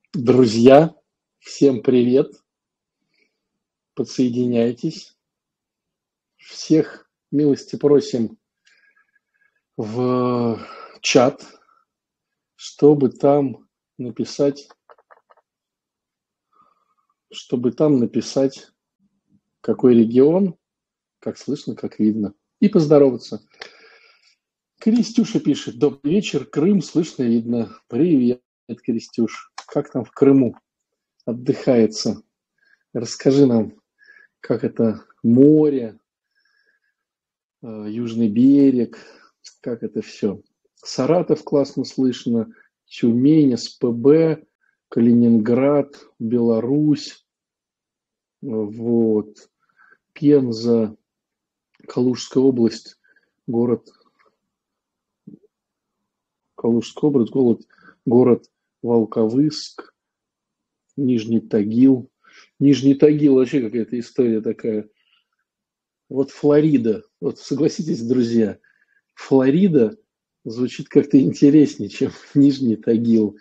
Друзья, всем привет! Подсоединяйтесь. Всех милости просим в чат, чтобы там написать, какой регион, как слышно, как видно, и поздороваться. Крестюша пишет: добрый вечер, Крым, слышно, видно. Привет, Крестюш. Как там в Крыму отдыхается? Расскажи нам, как это море, южный берег, как это все. Саратов классно слышно, Тюмень, СПБ, Калининград, Беларусь, вот, Пенза, Калужская область, город Волковыск, Нижний Тагил. Нижний Тагил вообще какая-то история такая. Вот Флорида, вот согласитесь, друзья, Флорида звучит как-то интереснее, чем Нижний Тагил.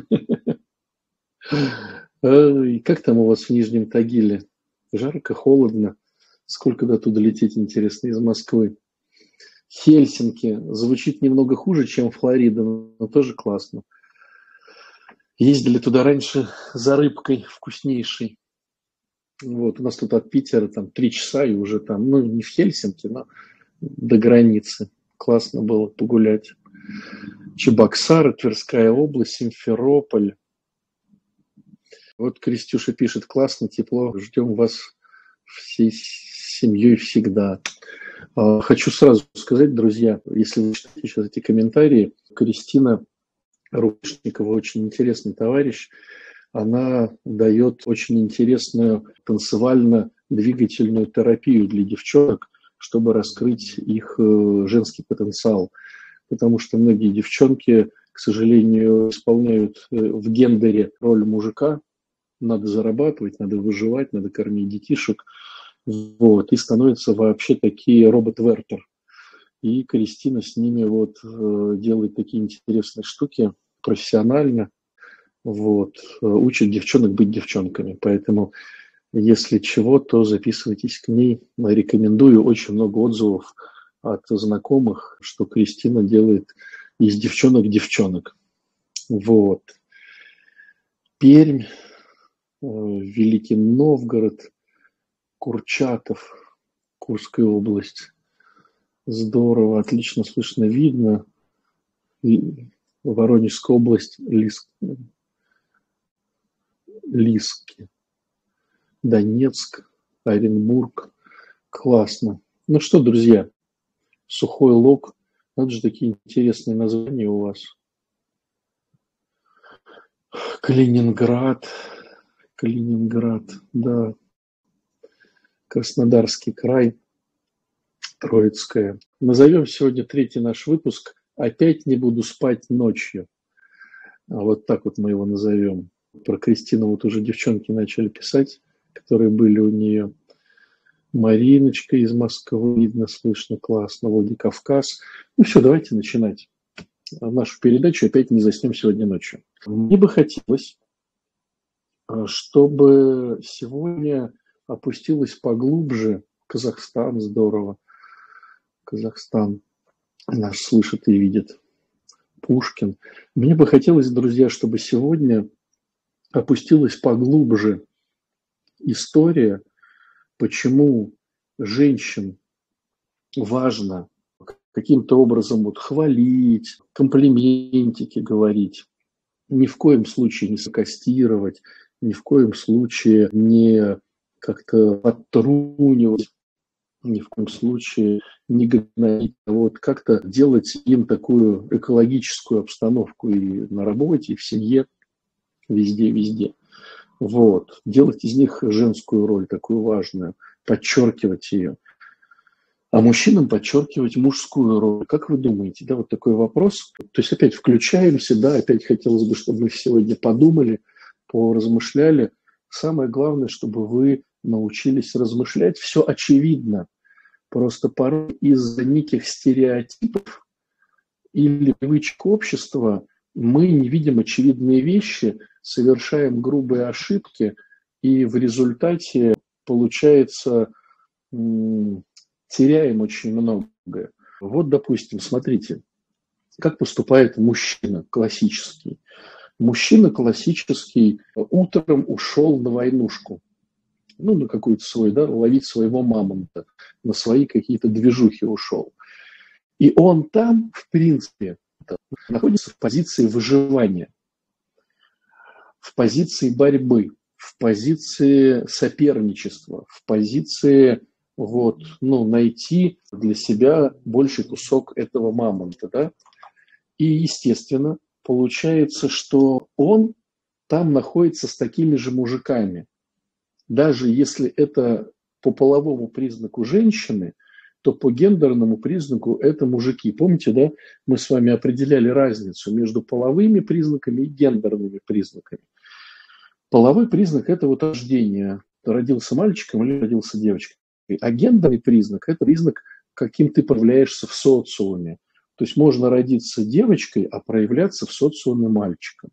Как там у вас в Нижнем Тагиле? Жарко, холодно? Сколько до туда лететь, интересно, из Москвы? Хельсинки звучит немного хуже, чем Флорида, но тоже классно. Ездили туда раньше за рыбкой вкуснейшей. Вот, у нас тут от Питера там 3 часа и уже там, ну, не в Хельсинки, но до границы. Классно было погулять. Чебоксары, Тверская область, Симферополь. Вот Крестюша пишет: классно, тепло, ждем вас всей семьей всегда. Хочу сразу сказать, друзья, если вы читаете сейчас эти комментарии, Кристина Рушникова очень интересный товарищ. Она дает очень интересную танцевально-двигательную терапию для девчонок, чтобы раскрыть их женский потенциал. Потому что многие девчонки, к сожалению, исполняют в гендере роль мужика. Надо зарабатывать, надо выживать, надо кормить детишек. Вот, и становятся вообще такие робот-вертер. И Кристина с ними вот делает такие интересные штуки профессионально. Вот, учит девчонок быть девчонками. Поэтому, если чего, то записывайтесь к ней. Рекомендую. Очень много отзывов от знакомых, что Кристина делает из девчонок. Вот. Пермь, Великий Новгород, Курчатов, Курская область. Здорово, отлично слышно, видно. Воронежская область, Лиски, Донецк, Оренбург. Классно. Ну что, друзья, Сухой Лог. Вот же такие интересные названия у вас. Калининград, да. Краснодарский край, Троицкая. Назовем сегодня 3-й наш выпуск «Опять не буду спать ночью». Вот так вот мы его назовем. Про Кристину вот уже девчонки начали писать, которые были у нее. Мариночка из Москвы, видно, слышно, классно. Владикавказ. Ну все, давайте начинать нашу передачу. Опять не заснем сегодня ночью. Мне бы хотелось, чтобы сегодня опустилась поглубже Казахстан. Здорово. Казахстан наш слышит и видит. Пушкин. Мне бы хотелось, друзья, чтобы сегодня опустилась поглубже история, почему женщин важно каким-то образом вот хвалить, комплиментики говорить, ни в коем случае не саркастировать, ни в коем случае не как-то подтрунивать, ни в коем случае не гнобить, а вот как-то делать им такую экологическую обстановку и на работе, и в семье, везде. Вот. Делать из них женскую роль такую важную, подчеркивать ее. А мужчинам подчеркивать мужскую роль. Как вы думаете, да, вот такой вопрос. То есть опять включаемся, да, опять хотелось бы, чтобы мы сегодня подумали, поразмышляли. Самое главное, чтобы вы научились размышлять. Все очевидно. Просто порой из-за неких стереотипов или привычек общества мы не видим очевидные вещи, совершаем грубые ошибки, и в результате, получается, теряем очень многое. Вот, допустим, смотрите, как поступает мужчина классический. Мужчина классический утром ушел на войнушку, ну, на какую-то свою, да, ловить своего мамонта, на свои какие-то движухи ушел. И он там, в принципе, находится в позиции выживания, в позиции борьбы, в позиции соперничества, в позиции вот, ну, найти для себя больший кусок этого мамонта. Да? И, естественно, получается, что он там находится с такими же мужиками. Даже если это по половому признаку женщины, то по гендерному признаку это мужики. Помните, да, мы с вами определяли разницу между половыми признаками и гендерными признаками. Половой признак – это вот рождение. Родился мальчиком или родился девочкой. А гендерный признак – это признак, каким ты проявляешься в социуме. То есть можно родиться девочкой, а проявляться в социуме мальчиком.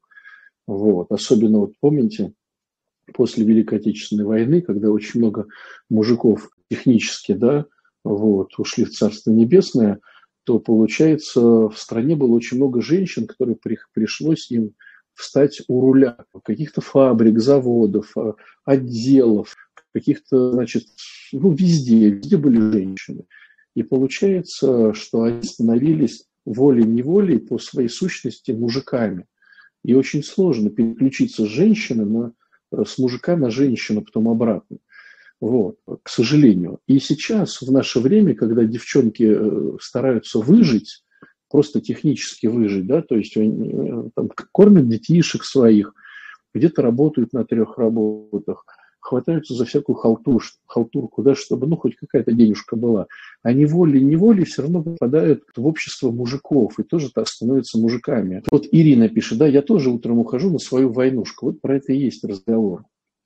Вот. Особенно, вот помните, после Великой Отечественной войны, когда очень много мужиков технически, да, вот, ушли в Царство Небесное, то, получается, в стране было очень много женщин, которые пришлось им встать у руля каких-то фабрик, заводов, отделов, каких-то, значит, ну, везде были женщины. И получается, что они становились волей-неволей по своей сущности мужиками. И очень сложно переключиться с женщины с мужика на женщину, потом обратно. Вот, к сожалению. И сейчас, в наше время, когда девчонки стараются выжить, просто технически выжить, да, то есть они там кормят детишек своих, где-то работают на 3 работах, хватаются за всякую халтурку, да, чтобы, ну, хоть какая-то денежка была. Они волей-неволей все равно попадают в общество мужиков и тоже так становятся мужиками. Вот Ирина пишет, да, я тоже утром ухожу на свою войнушку. Вот про это и есть разговор.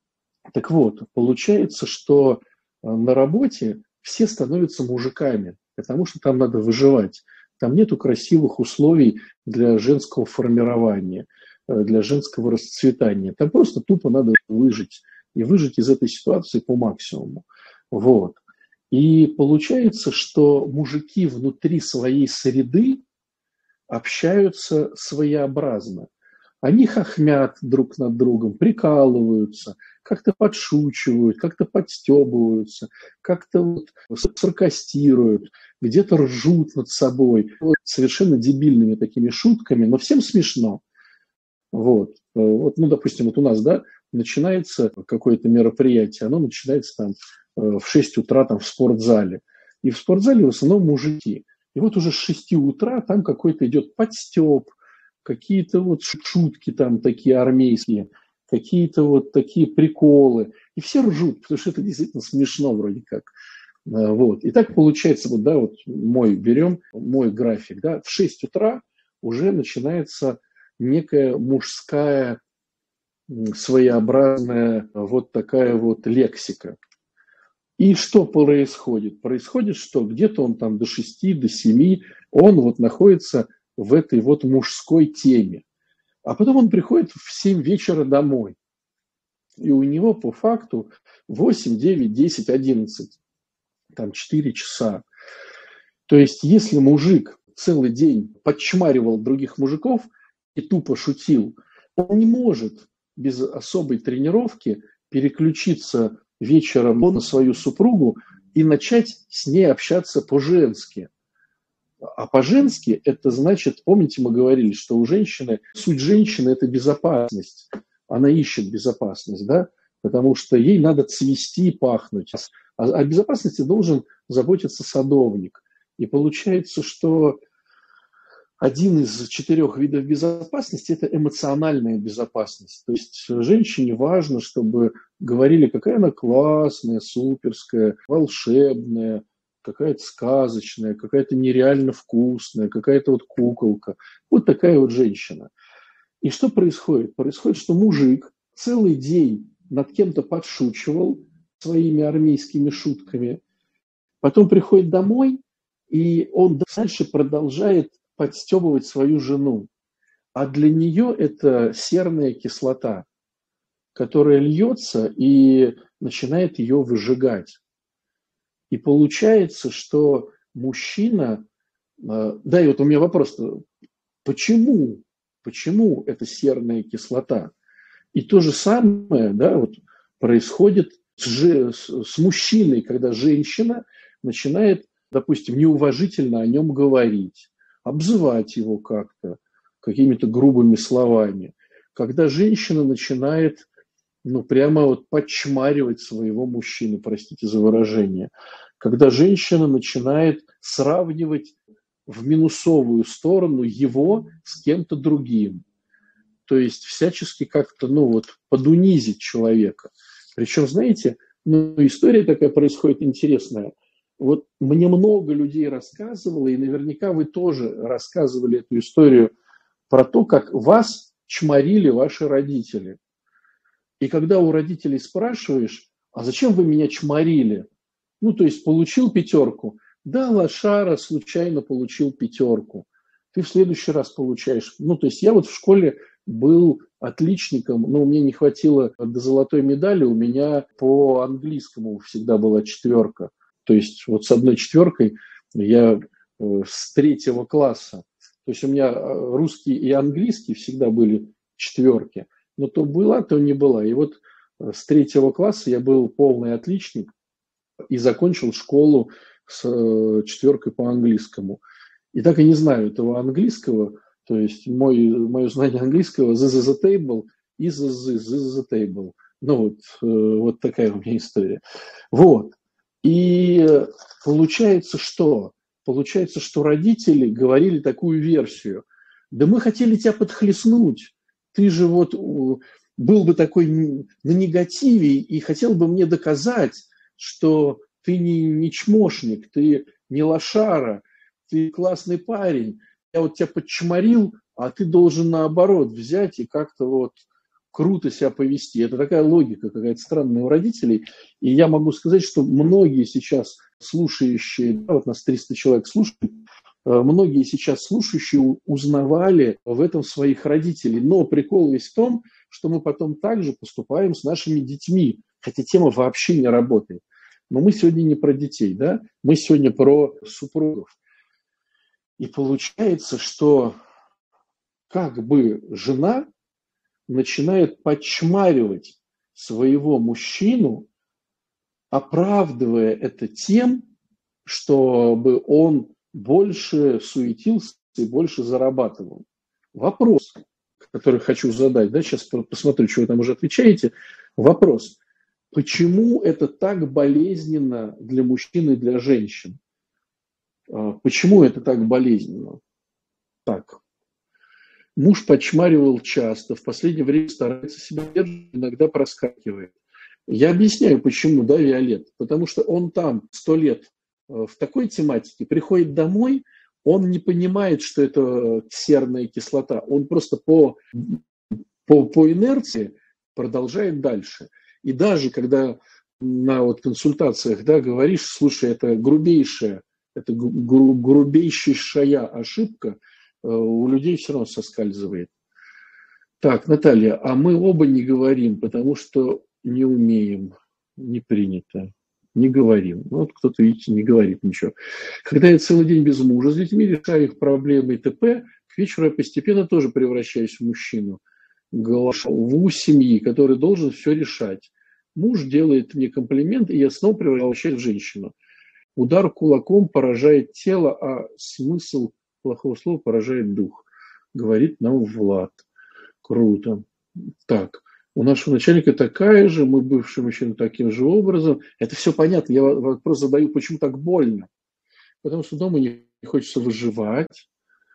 Так вот, получается, что на работе все становятся мужиками, потому что там надо выживать. Там нету красивых условий для женского формирования, для женского расцветания. Там просто тупо надо выжить. И выжить из этой ситуации по максимуму. Вот. И получается, что мужики внутри своей среды общаются своеобразно. Они хохмят друг над другом, прикалываются, как-то подшучивают, как-то подстебываются, как-то вот саркастируют, где-то ржут над собой. Вот совершенно дебильными такими шутками, но всем смешно. Вот, ну, допустим, вот у нас, да, начинается какое-то мероприятие, оно начинается там в 6 утра там в спортзале. И в спортзале в основном мужики. И вот уже с 6 утра там какой-то идет подстеб, какие-то вот шутки там такие армейские, какие-то вот такие приколы. И все ржут, потому что это действительно смешно вроде как. Вот. И так получается, вот, да, вот берем мой график, да, в 6 утра уже начинается некая мужская своеобразная вот такая вот лексика. И что происходит? Происходит, что где-то он там до 6, до 7, он вот находится в этой вот мужской теме. А потом он приходит в 7 вечера домой. И у него по факту 8, 9, 10, 11, там 4 часа. То есть если мужик целый день подчмаривал других мужиков и тупо шутил, он не может без особой тренировки переключиться вечером на свою супругу и начать с ней общаться по-женски. А по-женски это значит, помните, мы говорили, что у женщины, суть женщины – это безопасность. Она ищет безопасность, да, потому что ей надо цвести и пахнуть. О безопасности должен заботиться садовник. И получается, что один из 4 видов безопасности – это эмоциональная безопасность. То есть женщине важно, чтобы говорили, какая она классная, суперская, волшебная, какая-то сказочная, какая-то нереально вкусная, какая-то вот куколка. Вот такая вот женщина. И что происходит? Происходит, что мужик целый день над кем-то подшучивал своими армейскими шутками, потом приходит домой, и он дальше продолжает подстебывать свою жену. а для нее это серная кислота, которая льется и начинает ее выжигать. И получается, что мужчина... Да, и вот у меня вопрос, почему? Почему это серная кислота? И то же самое, да, вот происходит с мужчиной, когда женщина начинает, допустим, неуважительно о нем говорить, обзывать его как-то, какими-то грубыми словами. Когда женщина начинает, ну, прямо вот подчмаривать своего мужчину, простите за выражение. Когда женщина начинает сравнивать в минусовую сторону его с кем-то другим. То есть всячески как-то, ну вот, подунизить человека. Причем, знаете, ну, история такая происходит интересная. Вот мне много людей рассказывало, и наверняка вы тоже рассказывали эту историю про то, как вас чморили ваши родители. И когда у родителей спрашиваешь, а зачем вы меня чморили? Ну, то есть получил пятерку. Да, лошара, случайно получил пятерку. Ты в следующий раз получаешь. Ну, то есть я вот в школе был отличником, но мне не хватило до золотой медали, у меня по английскому всегда была четверка. То есть вот с одной четверкой я с 3 класса. То есть у меня русский и английский всегда были четверки. Но то была, то не была. И вот с 3 класса я был полный отличник и закончил школу с четверкой по английскому. И так и не знаю этого английского, то есть мое знание английского this is a table, is this is a table. Ну вот, вот такая у меня история. Вот. И получается, что? Получается, что родители говорили такую версию. Да мы хотели тебя подхлестнуть. Ты же вот был бы такой на негативе и хотел бы мне доказать, что ты не чмошник, ты не лошара, ты классный парень. Я вот тебя подчморил, а ты должен наоборот взять и как-то вот круто себя повести. Это такая логика какая-то странная у родителей. И я могу сказать, что многие сейчас слушающие, да, вот нас 300 человек слушают, многие сейчас слушающие узнавали в этом своих родителей. Но прикол весь в том, что мы потом также поступаем с нашими детьми, хотя тема вообще не работает. Но мы сегодня не про детей, да? Мы сегодня про супругов. И получается, что как бы жена начинает подчмаривать своего мужчину, оправдывая это тем, чтобы он больше суетился и больше зарабатывал. Вопрос, который хочу задать, да, сейчас посмотрю, что вы там уже отвечаете. Вопрос, почему это так болезненно для мужчин и для женщин? Почему это так болезненно? Так. Муж подчмаривал часто, в последнее время старается себя держать, иногда проскакивает. Я объясняю, почему, да, Виолет? Потому что он там 100 лет в такой тематике, приходит домой, он не понимает, что это серная кислота. Он просто по инерции продолжает дальше. И даже когда на вот консультациях, да, говоришь, слушай, это грубейшая ошибка, у людей все равно соскальзывает. Так, Наталья, а мы оба не говорим, потому что не умеем, не принято, не говорим. Ну, вот кто-то, видите, не говорит ничего. Когда я целый день без мужа с детьми, решаю их проблемы и т.п., к вечеру я постепенно тоже превращаюсь в мужчину, главу семьи, который должен все решать. Муж делает мне комплимент, и я снова превращаюсь в женщину. Удар кулаком поражает тело, а смысл плохого слова поражает дух, говорит нам Влад. Круто. Так, у нашего начальника такая же, мы бывший мужчина таким же образом. Это все понятно. Я вопрос задаю, почему так больно? Потому что дома не хочется выживать.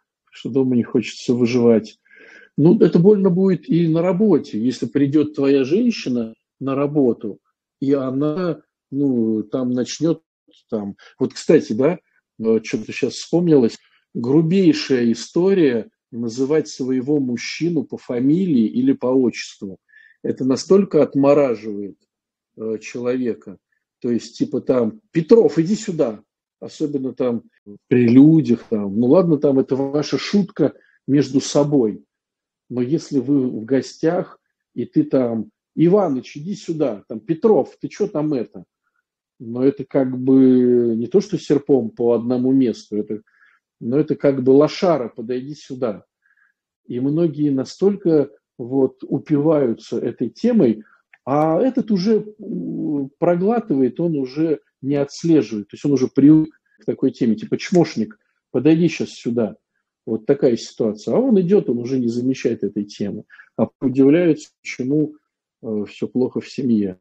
Ну, это больно будет и на работе. Если придет твоя женщина на работу, и она, ну, там начнет там. Вот, кстати, да, что-то сейчас вспомнилось, грубейшая история называть своего мужчину по фамилии или по отчеству. Это настолько отмораживает человека. То есть, типа там, Петров, иди сюда. Особенно там при людях. Там. Ну ладно, там это ваша шутка между собой. Но если вы в гостях, и ты там, Иваныч, иди сюда, там, Петров, ты что там это? Но это как бы не то, что серпом по одному месту, но это как бы лошара, подойди сюда. И многие настолько вот упиваются этой темой, а этот уже проглатывает, он уже не отслеживает. То есть он уже привык к такой теме, типа чмошник, подойди сейчас сюда. Вот такая ситуация. А он идет, он уже не замечает этой темы. А удивляется, почему все плохо в семье.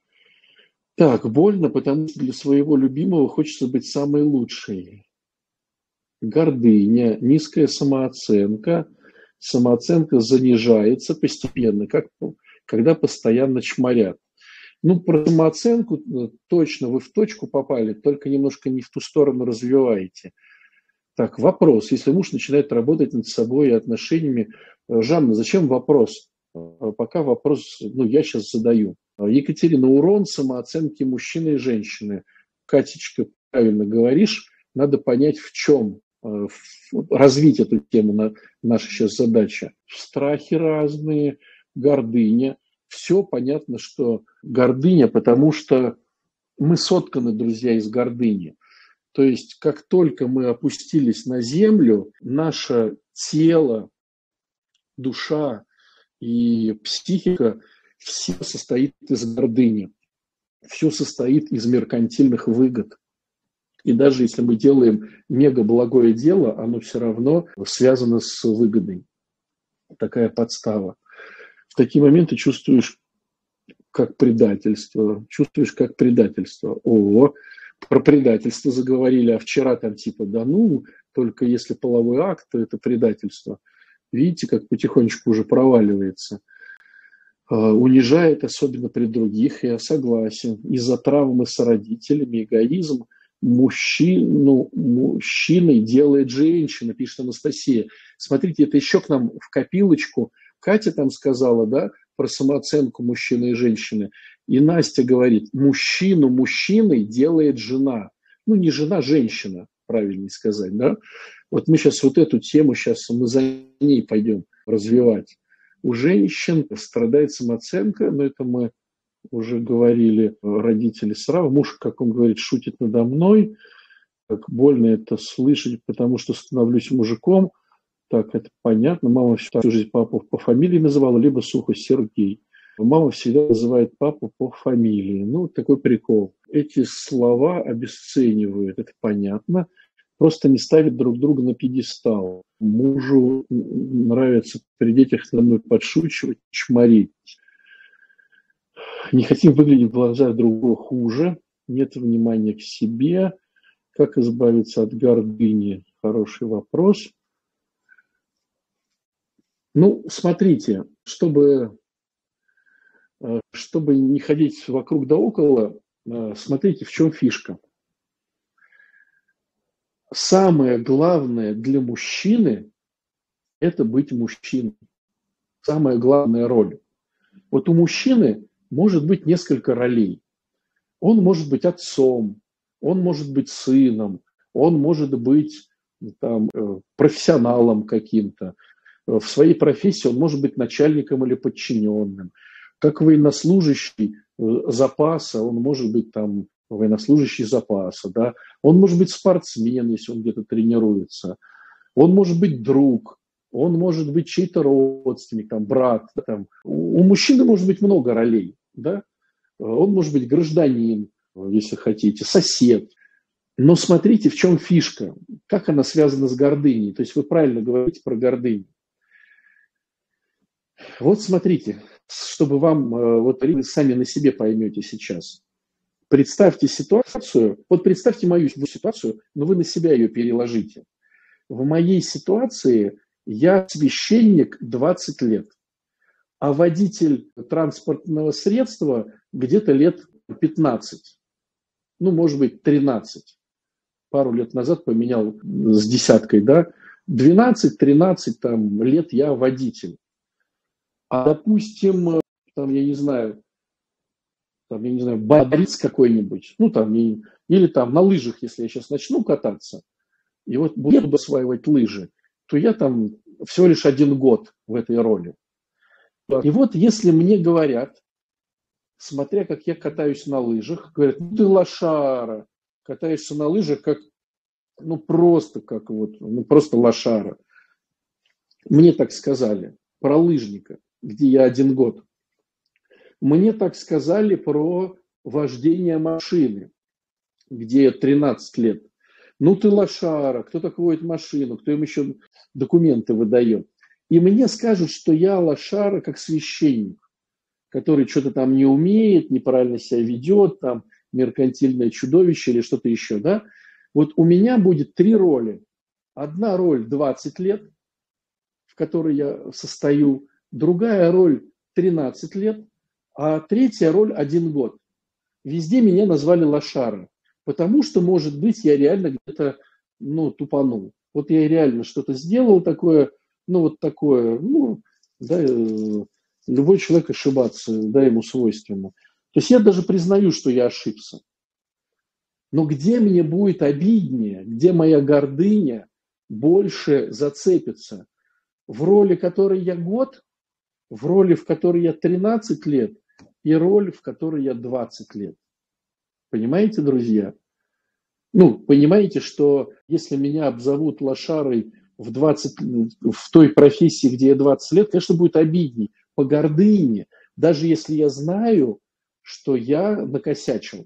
Так, больно, потому что для своего любимого хочется быть самой лучшей. Гордыня, низкая самооценка. Самооценка занижается постепенно, когда постоянно чморят. Ну, про самооценку точно вы в точку попали, только немножко не в ту сторону развиваете. Так, вопрос. Если муж начинает работать над собой и отношениями, Жанна, зачем вопрос? Пока вопрос, я сейчас задаю. Екатерина, урон самооценки мужчины и женщины. Катечка, правильно говоришь, надо понять, в чем развить эту тему, наша сейчас задача. Страхи разные, гордыня. Все понятно, что гордыня, потому что мы сотканы, друзья, из гордыни. То есть, как только мы опустились на землю, наше тело, душа и психика, все состоит из гордыни, все состоит из меркантильных выгод. И даже если мы делаем мега благое дело, оно все равно связано с выгодой. Такая подстава. В такие моменты чувствуешь как предательство. Чувствуешь как предательство. О, про предательство заговорили, а вчера там типа, только если половой акт, то это предательство. Видите, как потихонечку уже проваливается. Унижает, особенно при других, я согласен. Из-за травмы с родителями, эгоизм, мужчиной делает женщина, пишет Анастасия. Смотрите, это еще к нам в копилочку. Катя там сказала, да, про самооценку мужчины и женщины. И Настя говорит, мужчину мужчиной делает жена. Не жена, женщина, правильнее сказать, да. Вот мы сейчас вот эту тему, мы за ней пойдем развивать. У женщин страдает самооценка, но это мы уже говорили, родители сразу. Муж, как он говорит, шутит надо мной. Как больно это слышать, потому что становлюсь мужиком. Так, это понятно. Мама всю жизнь папу по фамилии называла, либо сухо Сергей. Мама всегда называет папу по фамилии. Такой прикол. Эти слова обесценивают, это понятно. Просто не ставят друг друга на пьедестал. Мужу нравится при детях со мной подшучивать, чморить. Не хотим выглядеть в глазах другого хуже. Нет внимания к себе. Как избавиться от гордыни? Хороший вопрос. Смотрите, чтобы не ходить вокруг да около, смотрите, в чем фишка. Самое главное для мужчины – это быть мужчиной. Самая главная роль. Вот у мужчины может быть несколько ролей. Он может быть отцом, он может быть сыном, он может быть профессионалом каким-то. В своей профессии он может быть начальником или подчиненным. Как военнослужащий запаса, он может быть военнослужащий запаса. Да? Он может быть спортсмен, если он где-то тренируется. Он может быть друг, он может быть чей-то родственник, брат. У мужчины может быть много ролей. Да? Он может быть гражданин, если хотите, сосед. Но смотрите, в чем фишка, как она связана с гордыней. То есть вы правильно говорите про гордыню. Вот смотрите, чтобы вам, вы сами на себе поймете сейчас. Представьте ситуацию, представьте мою ситуацию, но вы на себя ее переложите. В моей ситуации я священник 20 лет, а водитель транспортного средства где-то лет 15, может быть 13. Пару лет назад поменял с десяткой, да, 12-13 лет я водитель. А, допустим, я не знаю, борец какой-нибудь, или на лыжах, если я сейчас начну кататься, и вот буду осваивать лыжи, то я всего лишь 1 год в этой роли. И вот если мне говорят, смотря как я катаюсь на лыжах, говорят, ну ты лошара, катаешься на лыжах как, ну просто как вот, ну просто лошара. Мне так сказали про лыжника, где я 1 год. Мне так сказали про вождение машины, где я 13 лет. Ну ты лошара, кто так водит машину, кто им еще документы выдает. И мне скажут, что я лошара как священник, который что-то там не умеет, неправильно себя ведет, там меркантильное чудовище или что-то еще. Да? Вот у меня будет 3 роли. Одна роль 20 лет, в которой я состою, другая роль 13 лет, а третья роль 1 год. Везде меня назвали лошара, потому что, может быть, я реально где-то, ну, тупанул. Вот я реально что-то сделал такое, ну, вот такое, ну, да, любой человек ошибаться, да, ему свойственно. То есть я даже признаю, что я ошибся. Но где мне будет обиднее, где моя гордыня больше зацепится? В роли, которой я год, в роли, в которой я 13 лет, и роль, в которой я 20 лет. Понимаете, друзья? Ну, понимаете, что если меня обзовут лошарой в той профессии, где я 20 лет, конечно, будет обидней, по гордыне, даже если я знаю, что я накосячил.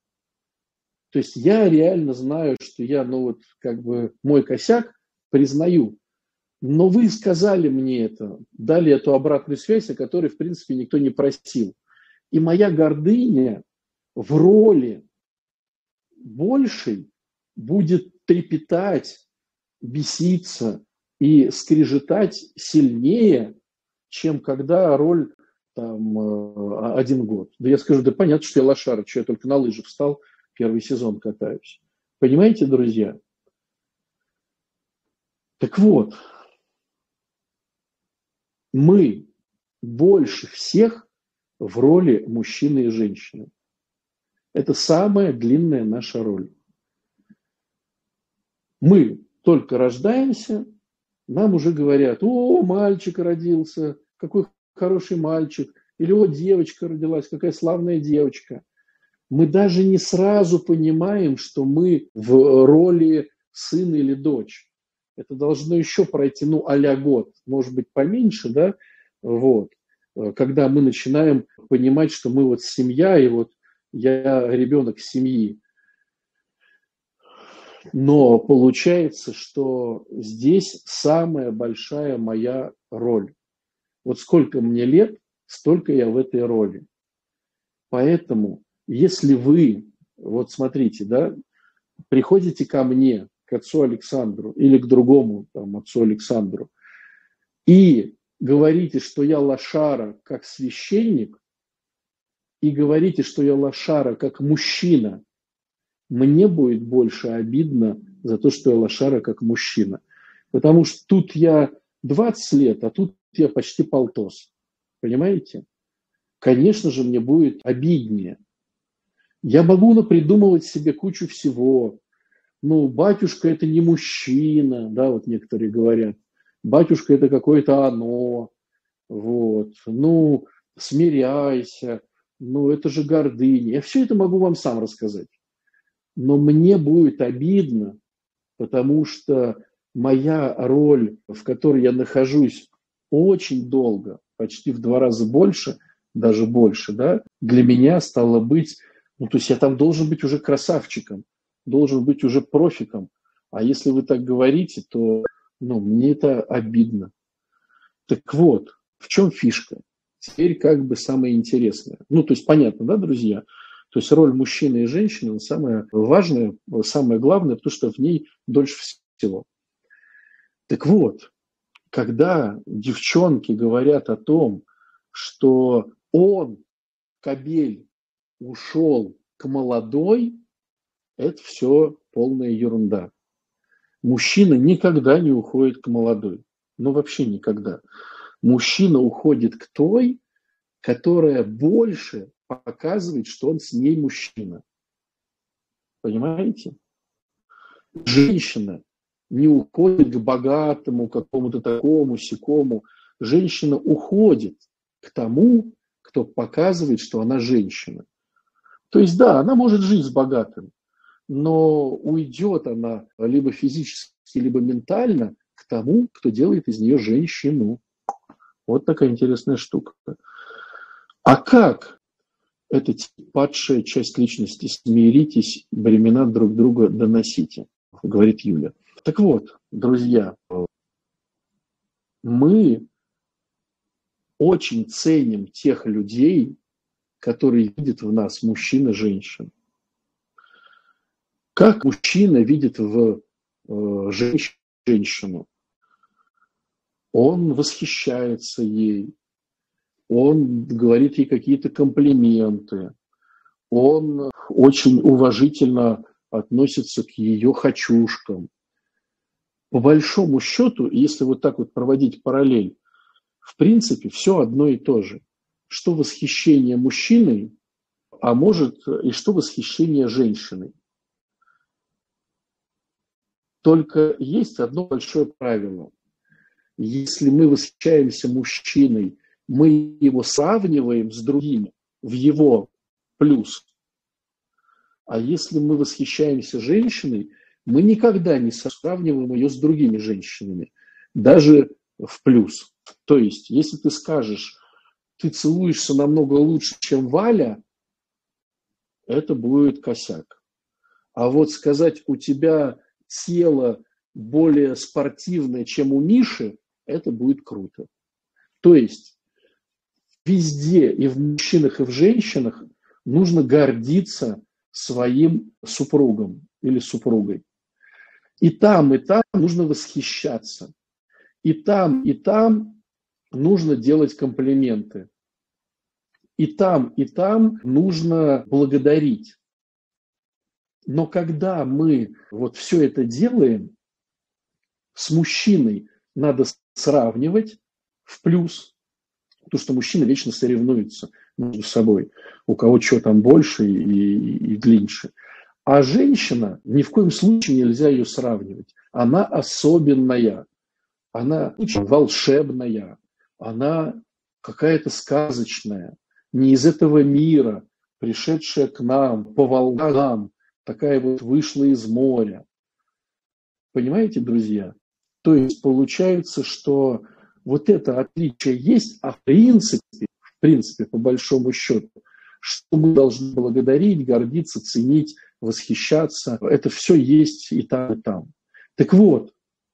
То есть я реально знаю, что я, ну вот, как бы мой косяк признаю. Но вы сказали мне это, дали эту обратную связь, о которой, в принципе, никто не просил. И моя гордыня в роли большей будет трепетать, беситься и скрежетать сильнее, чем когда роль там 1 год. Да я скажу, да понятно, что я лошара, что я только на лыжи встал, 1 сезон катаюсь. Понимаете, друзья? Так вот, мы больше всех в роли мужчины и женщины. Это самая длинная наша роль. Мы только рождаемся, нам уже говорят, о, мальчик родился, какой хороший мальчик, или о, девочка родилась, какая славная девочка. Мы даже не сразу понимаем, что мы в роли сын или дочь. Это должно еще пройти, ну, а-ля год, может быть, поменьше, да, вот, когда мы начинаем понимать, что мы вот семья, и вот я ребенок семьи. Но получается, что здесь самая большая моя роль. Вот сколько мне лет, столько я в этой роли. Поэтому, если вы, вот смотрите, да, приходите ко мне, к отцу Александру или к другому там, отцу Александру, и говорите, что я лошара как священник, и говорите, что я лошара как мужчина, мне будет больше обидно за то, что я лошара как мужчина. Потому что тут я 20 лет, а тут я почти полтос. Понимаете? Конечно же, мне будет обиднее. Я могу напридумывать себе кучу всего. Ну, батюшка – это не мужчина, да, вот некоторые говорят. Батюшка – это какое-то оно. Вот. Ну, смиряйся. Ну, это же гордыня. Я все это могу вам сам рассказать. Но мне будет обидно, потому что моя роль, в которой я нахожусь очень долго, почти в 2 раза больше, даже больше, да, для меня стало быть, ну, то есть я там должен быть уже красавчиком, должен быть уже профиком. А если вы так говорите, то, ну, мне это обидно. Так вот, в чем фишка? Теперь как бы самое интересное. Ну, то есть понятно, да, друзья? То есть роль мужчины и женщины самая важная, самое главное, потому что в ней дольше всего. Так вот, когда девчонки говорят о том, что он, кобель, ушел к молодой, это все полная ерунда. Мужчина никогда не уходит к молодой. Ну, вообще никогда. Мужчина уходит к той, которая больше показывает, что он с ней мужчина. Понимаете? Женщина не уходит к богатому, какому-то такому, сякому. Женщина уходит к тому, кто показывает, что она женщина. То есть, да, она может жить с богатым, но уйдет она либо физически, либо ментально к тому, кто делает из нее женщину. Вот такая интересная штука. А как эта падшая часть личности? Смиритесь, бремена друг друга доносите, говорит Юля. Так вот, друзья, мы очень ценим тех людей, которые видят в нас мужчин и женщин. Как мужчина видит в женщину? Он восхищается ей, он говорит ей какие-то комплименты, он очень уважительно относится к ее хочушкам. По большому счету, если вот так вот проводить параллель, в принципе, все одно и то же. Что восхищение мужчиной, а может и что восхищение женщиной. Только есть одно большое правило. Если мы восхищаемся мужчиной, мы его сравниваем с другими в его плюс. А если мы восхищаемся женщиной, мы никогда не сравниваем ее с другими женщинами, даже в плюс. То есть, если ты скажешь, ты целуешься намного лучше, чем Валя, это будет косяк. А вот сказать, у тебя тело более спортивное, чем у Миши, это будет круто. То есть везде, и в мужчинах, и в женщинах, нужно гордиться своим супругом или супругой. И там нужно восхищаться. И там нужно делать комплименты. И там нужно благодарить. Но когда мы вот все это делаем, с мужчиной надо сравнивать в плюс, потому что мужчины вечно соревнуются между собой, у кого что там больше и длиннее. А женщина, ни в коем случае нельзя ее сравнивать. Она особенная, она очень волшебная, она какая-то сказочная, не из этого мира, пришедшая к нам по волнам, такая вот вышла из моря. Понимаете, друзья? То есть получается, что вот это отличие есть, а в принципе, по большому счету, что мы должны благодарить, гордиться, ценить, восхищаться, это все есть и там, и там. Так вот,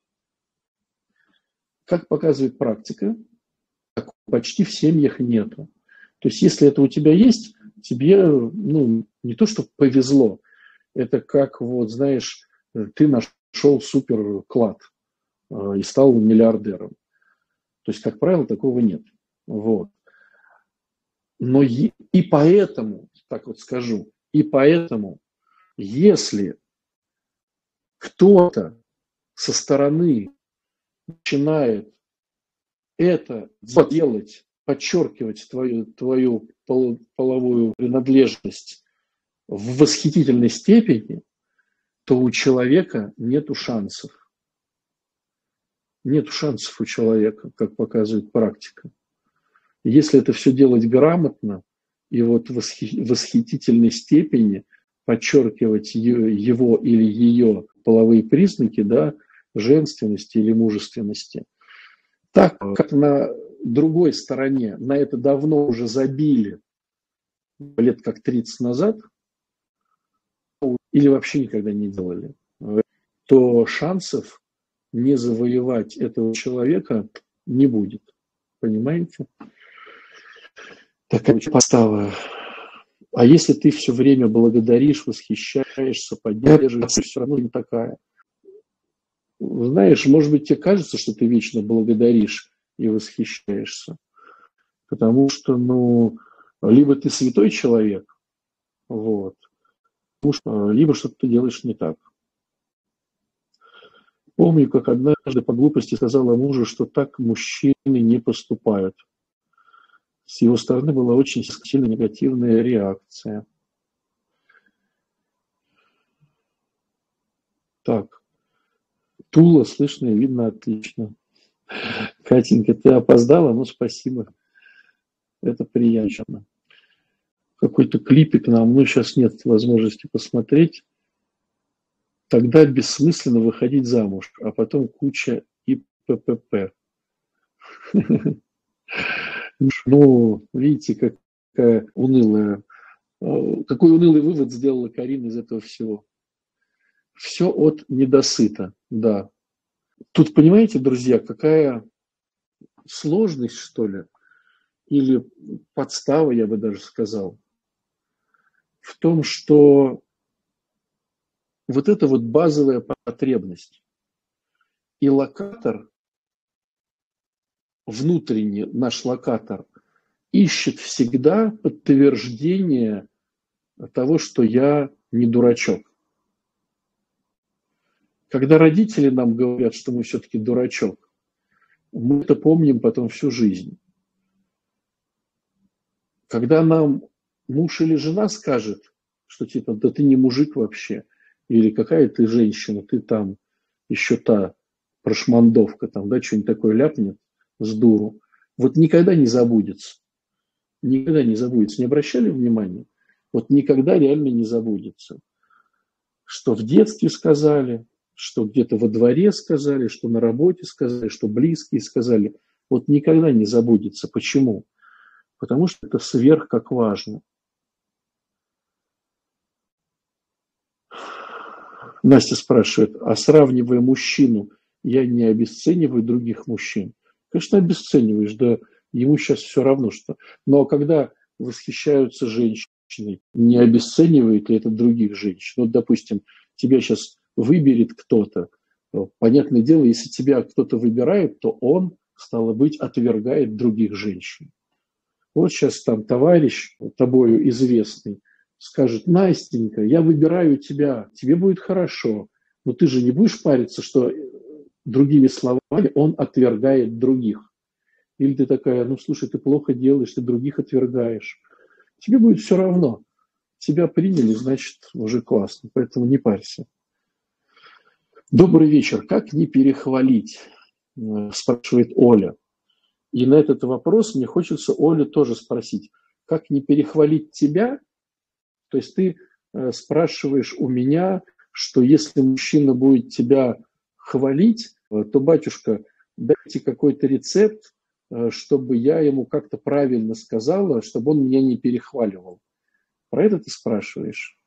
как показывает практика, почти в семьях нету. То есть, если это у тебя есть, тебе, не то, что повезло, это как, вот, знаешь, ты нашел суперклад и стал миллиардером. То есть, как правило, такого нет. Вот. Но и поэтому, так вот скажу, и поэтому, если кто-то со стороны начинает это делать, подчеркивать твою половую принадлежность в восхитительной степени, то у человека нету шансов. Нету шансов у человека, как показывает практика. Если это все делать грамотно и вот в восхитительной степени подчеркивать его или ее половые признаки, да, женственности или мужественности, так как на другой стороне на это давно уже забили лет как 30 назад, или вообще никогда не делали, то шансов не завоевать этого человека не будет. Понимаете? Такая подстава. А если ты все время благодаришь, восхищаешься, поддерживаешь, все равно не такая. Знаешь, может быть, тебе кажется, что ты вечно благодаришь и восхищаешься. Потому что, либо ты святой человек, вот, либо что-то ты делаешь не так. Помню, как однажды по глупости сказала мужу, что так мужчины не поступают. С его стороны была очень сильно негативная реакция. Так. Тула, слышно и видно отлично. Катенька, ты опоздала, ну спасибо. Это приятно. Какой-то клипик нам, ну сейчас нет возможности посмотреть. Тогда бессмысленно выходить замуж, а потом куча ИППП. Ну, видите, какая унылая, какой унылый вывод сделала Карина из этого всего. Все от недосыта, да. Тут, понимаете, друзья, какая сложность, что ли, или подстава, я бы даже сказал, в том, что вот это вот базовая потребность и локатор, внутренний наш локатор, ищет всегда подтверждение того, что я не дурачок. Когда родители нам говорят, что мы все-таки дурачок, мы это помним потом всю жизнь. Когда нам муж или жена скажет, что типа, да ты не мужик вообще, или какая ты женщина, ты там еще та прошмандовка, там, да, что-нибудь такое ляпнет с дуру, вот никогда не забудется. Никогда не забудется. Не обращали внимания? Вот никогда реально не забудется. Что в детстве сказали, что где-то во дворе сказали, что на работе сказали, что близкие сказали. Вот никогда не забудется. Почему? Потому что это сверх как важно. Настя спрашивает, а сравнивая мужчину, я не обесцениваю других мужчин? Конечно, обесцениваешь, да ему сейчас все равно что. Но когда восхищаются женщиной, не обесценивает ли это других женщин? Вот, допустим, тебя сейчас выберет кто-то. Понятное дело, если тебя кто-то выбирает, то он, стало быть, отвергает других женщин. Вот сейчас там товарищ, тобою известный, скажет, Настенька, я выбираю тебя, тебе будет хорошо, но ты же не будешь париться, что другими словами он отвергает других. Или ты такая, ну слушай, ты плохо делаешь, ты других отвергаешь. Тебе будет все равно. Тебя приняли, значит, уже классно, поэтому не парься. Добрый вечер. Как не перехвалить? Спрашивает Оля. И на этот вопрос мне хочется Оле тоже спросить. Как не перехвалить тебя? То есть ты спрашиваешь у меня, что если мужчина будет тебя хвалить, то, батюшка, дайте какой-то рецепт, чтобы я ему как-то правильно сказала, чтобы он меня не перехваливал. Про это ты спрашиваешь?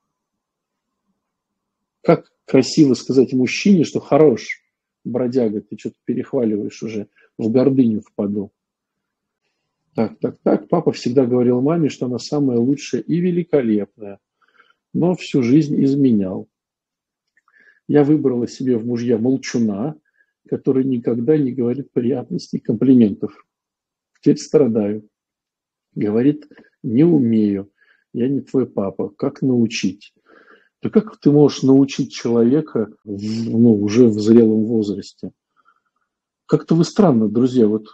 Как красиво сказать мужчине, что хорош, бродяга, ты что-то перехваливаешь уже, в гордыню впаду. Так. Папа всегда говорил маме, что она самая лучшая и великолепная, но всю жизнь изменял. Я выбрала себе в мужья молчуна, который никогда не говорит приятностей и комплиментов. Теперь страдаю. Говорит, не умею, я не твой папа, как научить? Да как ты можешь научить человека уже в зрелом возрасте? Как-то вы странно, друзья, вот,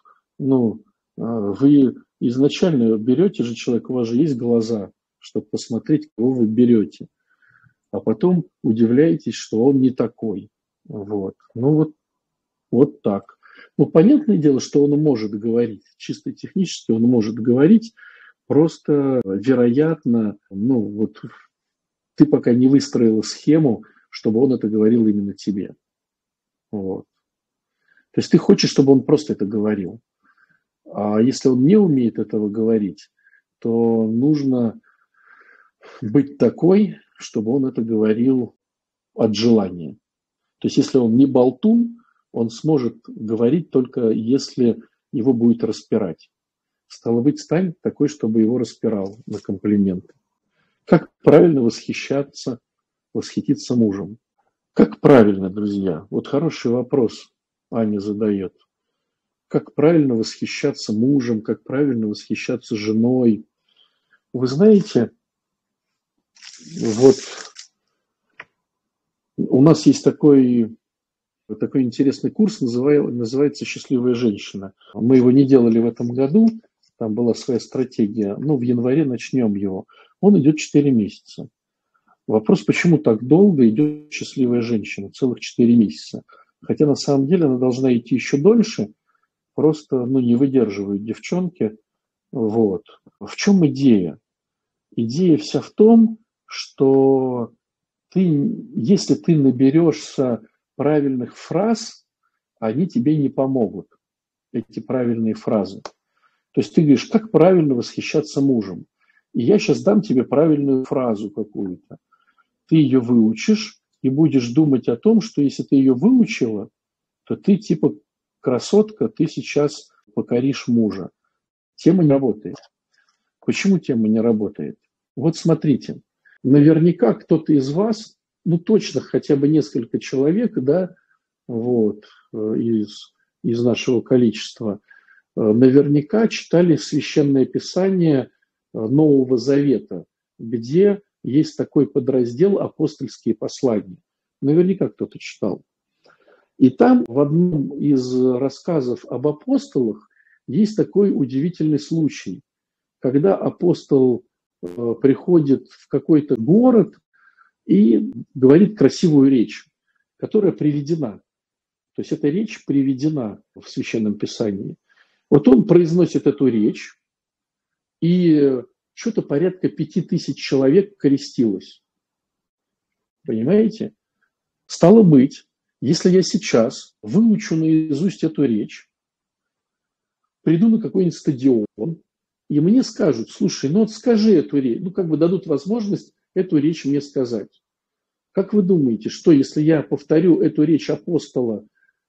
вы изначально берете же человека, у вас же есть глаза, чтобы посмотреть, кого вы берете, а потом удивляетесь, что он не такой. Вот. Вот так. Ну, понятное дело, что он может говорить, чисто технически он может говорить, просто, вероятно, ты пока не выстроила схему, чтобы он это говорил именно тебе. Вот. То есть ты хочешь, чтобы он просто это говорил. А если он не умеет этого говорить, то нужно быть такой, чтобы он это говорил от желания. То есть если он не болтун, он сможет говорить только если его будет распирать. Стало быть, стань такой, чтобы его распирал на комплименты. Как правильно восхититься мужем? Как правильно, друзья? Вот хороший вопрос Аня задает. Как правильно восхищаться мужем, как правильно восхищаться женой? Вы знаете, вот у нас есть такой интересный курс, называется «Счастливая женщина». Мы его не делали в этом году, там была своя стратегия, в январе начнем его. Он идет 4 месяца. Вопрос, почему так долго идет счастливая женщина, целых 4 месяца. Хотя на самом деле она должна идти еще дольше, просто не выдерживают девчонки. Вот. В чем идея? Идея вся в том, что если ты наберешься правильных фраз, они тебе не помогут, эти правильные фразы. То есть ты говоришь, как правильно восхищаться мужем. И я сейчас дам тебе правильную фразу какую-то. Ты ее выучишь и будешь думать о том, что если ты ее выучила, то ты типа красотка, ты сейчас покоришь мужа. Тема не работает. Почему тема не работает? Вот смотрите, наверняка кто-то из вас, точно хотя бы несколько человек, да, вот, из нашего количества, наверняка читали Священное Писание Нового Завета, где есть такой подраздел «Апостольские послания». Наверняка кто-то читал. И там в одном из рассказов об апостолах есть такой удивительный случай, когда апостол приходит в какой-то город и говорит красивую речь, которая приведена. То есть эта речь приведена в Священном Писании. Вот он произносит эту речь, и что-то порядка 5000 человек крестилось. Понимаете? Стало быть, если я сейчас выучу наизусть эту речь, приду на какой-нибудь стадион, и мне скажут, слушай, скажи эту речь, дадут возможность эту речь мне сказать. Как вы думаете, что если я повторю эту речь апостола,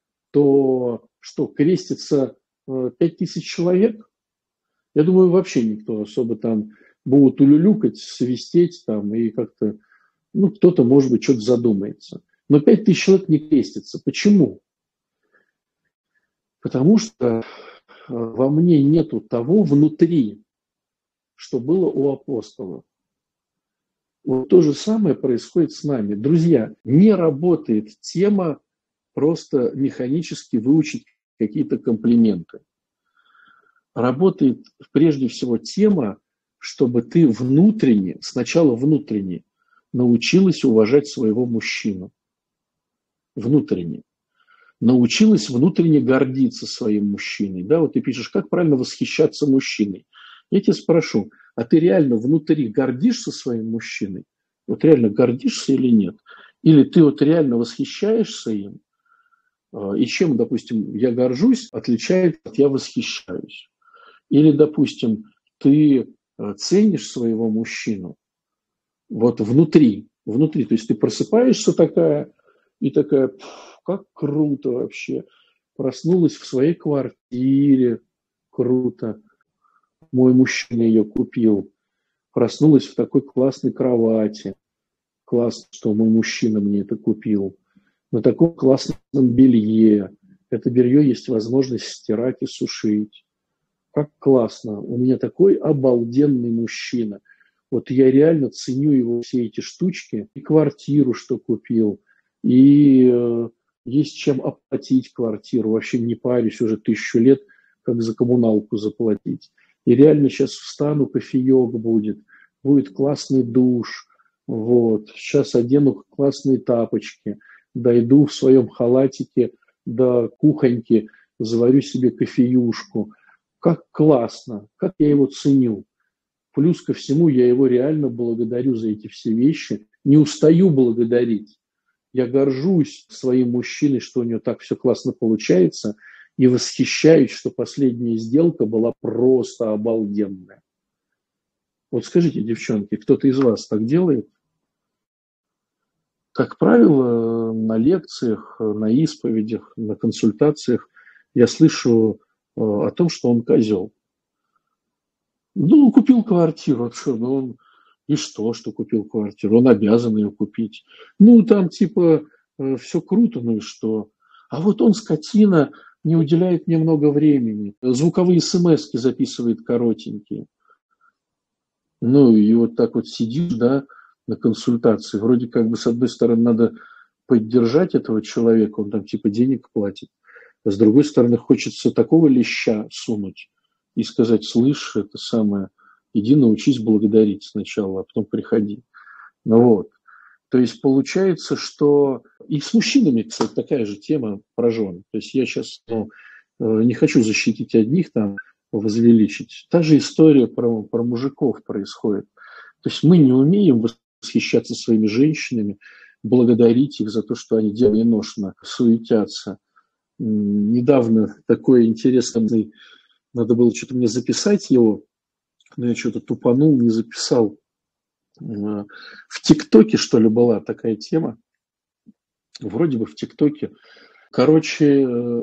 то что, крестится 5000 человек? Я думаю, вообще никто особо там будут улюлюкать, свистеть там и как-то, кто-то, может быть, что-то задумается. Но 5000 человек не крестится. Почему? Потому что во мне нету того внутри, что было у апостола. Вот то же самое происходит с нами. Друзья, не работает тема просто механически выучить какие-то комплименты. Работает прежде всего тема, чтобы ты сначала внутренне научилась уважать своего мужчину. Внутренне. Научилась внутренне гордиться своим мужчиной. Да, вот ты пишешь, как правильно восхищаться мужчиной. Я тебя спрошу, а ты реально внутри гордишься своим мужчиной? Вот реально гордишься или нет? Или ты вот реально восхищаешься им? И чем, допустим, я горжусь, отличает от я восхищаюсь. Или, допустим, ты ценишь своего мужчину вот внутри. То есть ты просыпаешься такая, как круто вообще. Проснулась в своей квартире, круто. Мой мужчина ее купил. Проснулась в такой классной кровати. Классно, что мой мужчина мне это купил. На таком классном белье. Это белье есть возможность стирать и сушить. Как классно. У меня такой обалденный мужчина. Вот я реально ценю его все эти штучки. И квартиру, что купил. И есть чем оплатить квартиру. Вообще не парюсь уже 1000 лет, как за коммуналку заплатить. И реально сейчас встану, кофеек будет. Будет классный душ. Вот. Сейчас одену классные тапочки. Дойду в своем халатике до кухоньки, заварю себе кофеюшку. Как классно, как я его ценю. Плюс ко всему, я его реально благодарю за эти все вещи. Не устаю благодарить. Я горжусь своим мужчиной, что у него так все классно получается. И восхищаюсь, что последняя сделка была просто обалденная. Вот скажите, девчонки, кто-то из вас так делает? Как правило, на лекциях, на исповедях, на консультациях я слышу о том, что он козел. Он купил квартиру, и что купил квартиру? Он обязан ее купить. Там все круто, и что? А вот он, скотина, не уделяет мне много времени. Звуковые смс-ки записывает коротенькие. И вот так вот сидишь, да, на консультации. Вроде как бы с одной стороны надо поддержать этого человека, он там денег платит. А с другой стороны хочется такого леща сунуть и сказать, слышь, это самое, иди научись благодарить сначала, а потом приходи. Вот. То есть получается, что и с мужчинами, кстати, такая же тема про жен. То есть я сейчас не хочу защитить одних, там, возвеличить. Та же история про мужиков происходит. То есть мы не умеем восхищаться своими женщинами, благодарить их за то, что они деноношно суетятся. Недавно такой интересный, надо было что-то мне записать его, но я что-то тупанул, не записал. В ТикТоке, что ли, была такая тема. Вроде бы в ТикТоке. Короче,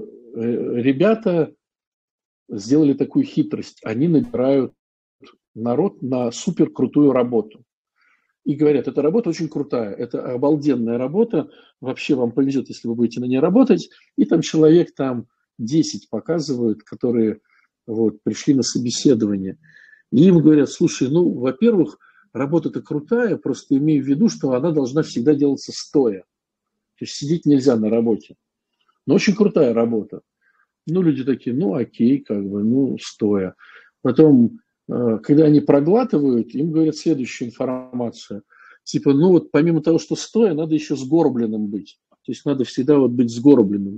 ребята сделали такую хитрость. Они набирают народ на супер крутую работу. И говорят, эта работа очень крутая, это обалденная работа, вообще вам повезет, если вы будете на ней работать. И там человек там 10 показывают, которые вот, пришли на собеседование. И им говорят, слушай, ну, во-первых, работа-то крутая, просто имей в виду, что она должна всегда делаться стоя. То есть сидеть нельзя на работе. Но очень крутая работа. Ну, люди такие, ну, окей, как бы, ну, стоя. Потом, когда они проглатывают, им говорят следующую информацию. Типа, ну, вот помимо того, что стоя, надо еще сгорбленным быть. То есть надо всегда вот быть сгорбленным.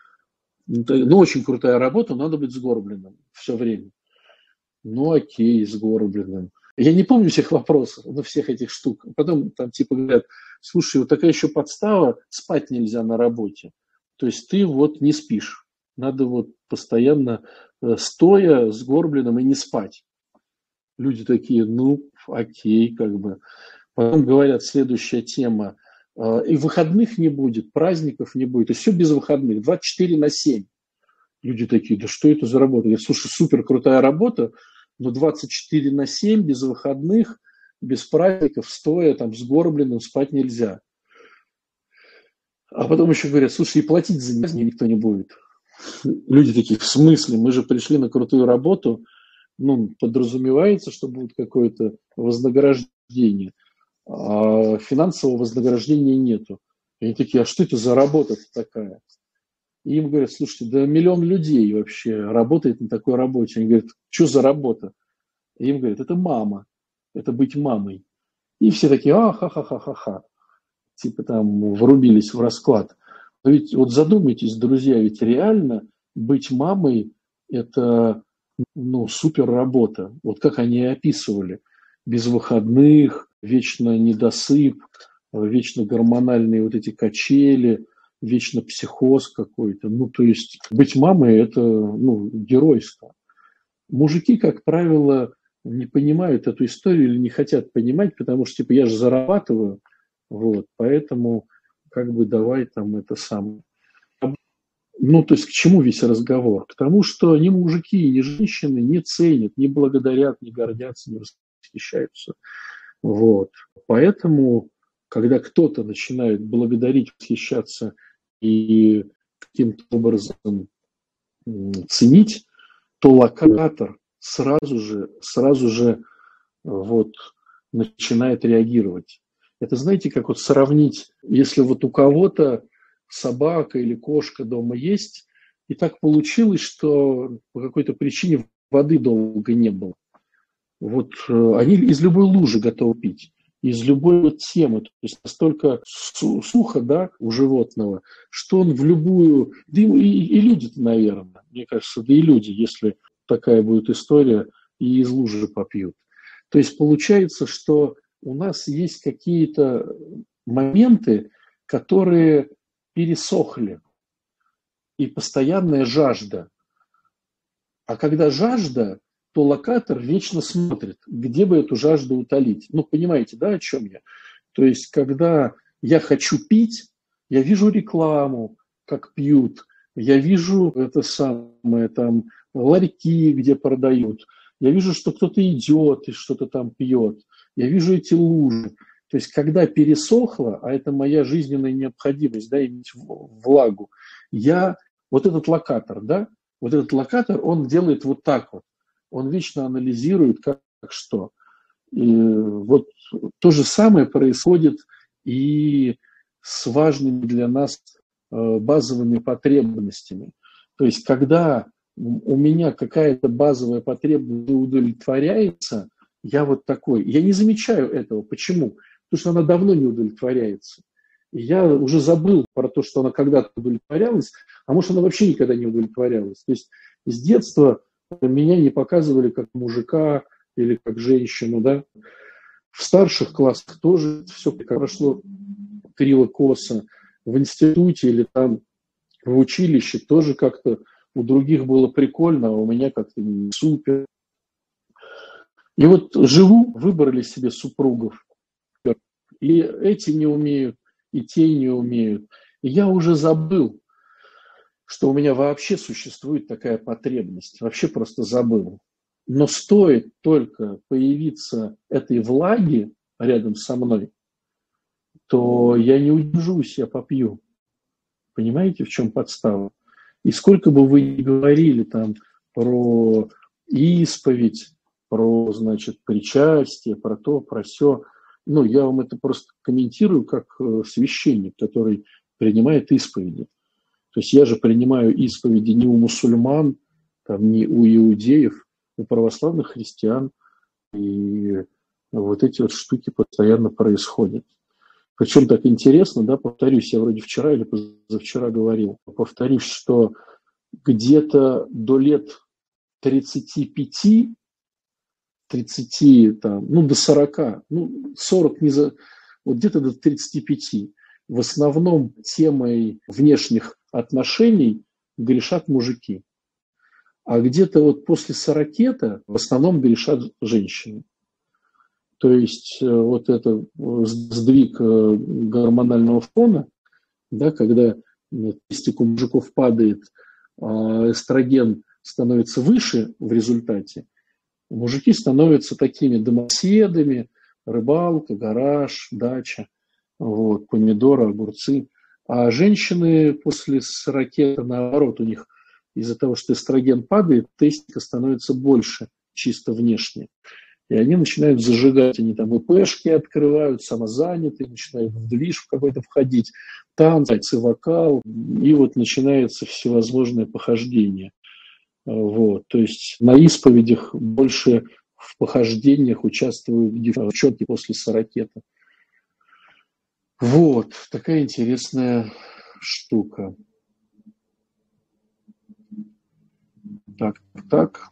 Ну, очень крутая работа, надо быть сгорбленным все время. Ну, окей, сгорбленным. Я не помню всех вопросов, но всех этих штук. Потом там типа говорят, слушай, вот такая еще подстава, спать нельзя на работе. То есть ты вот не спишь. Надо вот постоянно стоя, сгорбленным и не спать. Люди такие, ну, окей, как бы. Потом говорят, следующая тема, и выходных не будет, праздников не будет, и все без выходных, 24/7. Люди такие, да что это за работа? Я говорю, слушай, супер крутая работа, но 24/7, без выходных, без праздников, стоя, там, сгорбленным, спать нельзя. А потом еще говорят, слушай, и платить за нее никто не будет. Люди такие, в смысле? Мы же пришли на крутую работу, ну, подразумевается, что будет какое-то вознаграждение, а финансового вознаграждения нету. И они такие, а что это за работа такая? И им говорят, слушайте, да 1 000 000 людей вообще работает на такой работе. Они говорят, что за работа? И им говорят, это мама, это быть мамой. И все такие, ха-ха-ха-ха-ха. Типа там врубились в расклад. Но ведь вот задумайтесь, друзья, ведь реально быть мамой – это ну, супер работа. Вот как они описывали. Без выходных, вечно недосып, вечно гормональные вот эти качели, вечно психоз какой-то. Ну, то есть быть мамой – это ну, геройство. Мужики, как правило, не понимают эту историю или не хотят понимать, потому что, типа, я же зарабатываю, вот, поэтому, как бы, давай там это самое. Ну, то есть к чему весь разговор? К тому, что ни мужики, ни женщины не ценят, не благодарят, не гордятся, не восхищаются. Вот. Поэтому, когда кто-то начинает благодарить, восхищаться и каким-то образом ценить, то локатор сразу же вот начинает реагировать. Это знаете, как вот сравнить, если вот у кого-то собака или кошка дома есть, и так получилось, что по какой-то причине воды долго не было. Вот они из любой лужи готовы пить, из любой вот темы. То есть настолько сухо, да, у животного, что он в любую... Да и люди-то, наверное, мне кажется, да и люди, если такая будет история, и из лужи попьют. То есть получается, что у нас есть какие-то моменты, которые пересохли, и постоянная жажда. А когда жажда, то локатор вечно смотрит, где бы эту жажду утолить. Ну, понимаете, да, о чем я? То есть, когда я хочу пить, я вижу рекламу, как пьют, я вижу это самое, там, ларьки, где продают, я вижу, что кто-то идет и что-то там пьет, я вижу эти лужи. То есть, когда пересохло, а это моя жизненная необходимость, да, иметь влагу, вот этот локатор, да, вот этот локатор, он делает вот так вот. Он вечно анализирует, как что. И вот то же самое происходит и с важными для нас базовыми потребностями. То есть, когда у меня какая-то базовая потребность не удовлетворяется, я вот такой. Я не замечаю этого. Почему? потому что она давно не удовлетворяется. И я уже забыл про то, что она когда-то удовлетворялась, а может, она вообще никогда не удовлетворялась. То есть с детства меня не показывали как мужика или как женщину, да. В старших классах тоже все прошло криво-косо. В институте или там в училище тоже как-то у других было прикольно, а у меня как-то не супер. И вот живу, выбрали себе супругов. И эти не умеют, и те не умеют. И я уже забыл, что у меня вообще существует такая потребность. Вообще просто забыл. Но стоит только появиться этой влаги рядом со мной, то я не удержусь, я попью. Понимаете, в чем подстава? И сколько бы вы ни говорили там про исповедь, про, значит, причастие, про то, про сё, ну, я вам это просто комментирую как священник, который принимает исповеди. То есть я же принимаю исповеди не у мусульман, там, не у иудеев, у православных христиан. И вот эти вот штуки постоянно происходят. Причем так интересно, да, повторюсь, я вроде вчера или позавчера говорил, повторюсь, что где-то до лет 35, 30, там, ну, до 40, ну, 40 не за, вот где-то до 35. В основном темой внешних отношений грешат мужики. А где-то вот после 40 в основном грешат женщины. То есть вот это сдвиг гормонального фона, да, когда статистика у мужиков падает, а эстроген становится выше в результате, мужики становятся такими домоседами, рыбалка, гараж, дача, вот, помидоры, огурцы. А женщины после 40, наоборот, у них из-за того, что эстроген падает, тестика становится больше чисто внешне. И они начинают зажигать, они там ИПшки открывают, самозанятые, начинают в движ в какой-то входить, танцы, вокал, и вот начинается всевозможное похождение. Вот. То есть на исповедях больше в похождениях участвуют девчонки после 40. Вот, такая интересная штука. Так.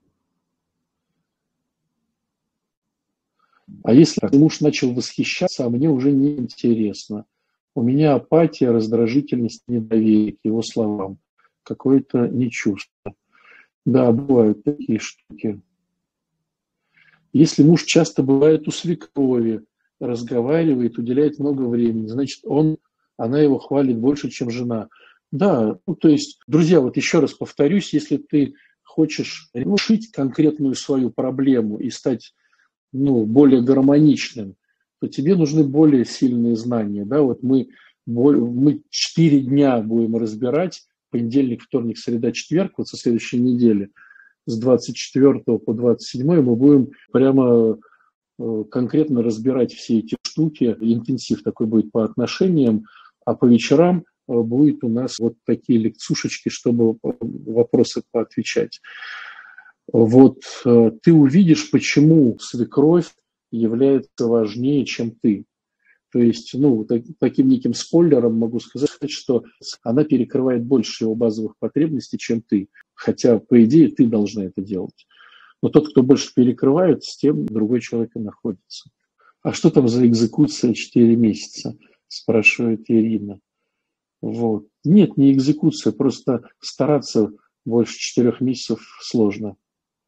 А если муж начал восхищаться, а мне уже не интересно. У меня апатия, раздражительность, недоверие к его словам. Какое-то нечувство. Да, бывают такие штуки. Если муж часто бывает у свекрови, разговаривает, уделяет много времени, значит, она его хвалит больше, чем жена. Да, ну, то есть, друзья, вот еще раз повторюсь, если ты хочешь решить конкретную свою проблему и стать более гармоничным, то тебе нужны более сильные знания. Да? Вот мы 4 дня будем разбирать, понедельник, вторник, среда, четверг, вот со следующей недели, с 24 по 27 мы будем прямо конкретно разбирать все эти штуки. Интенсив такой будет по отношениям, а по вечерам будет у нас вот такие лекцушечки, чтобы вопросы поотвечать. Вот ты увидишь, почему свекровь является важнее, чем ты. То есть, таким неким спойлером могу сказать, что она перекрывает больше его базовых потребностей, чем ты. Хотя, по идее, ты должна это делать. Но тот, кто больше перекрывает, с тем другой человек и находится. А что там за экзекуция 4 месяца? Спрашивает Ирина. Вот. Нет, не экзекуция, просто стараться больше 4 месяцев сложно.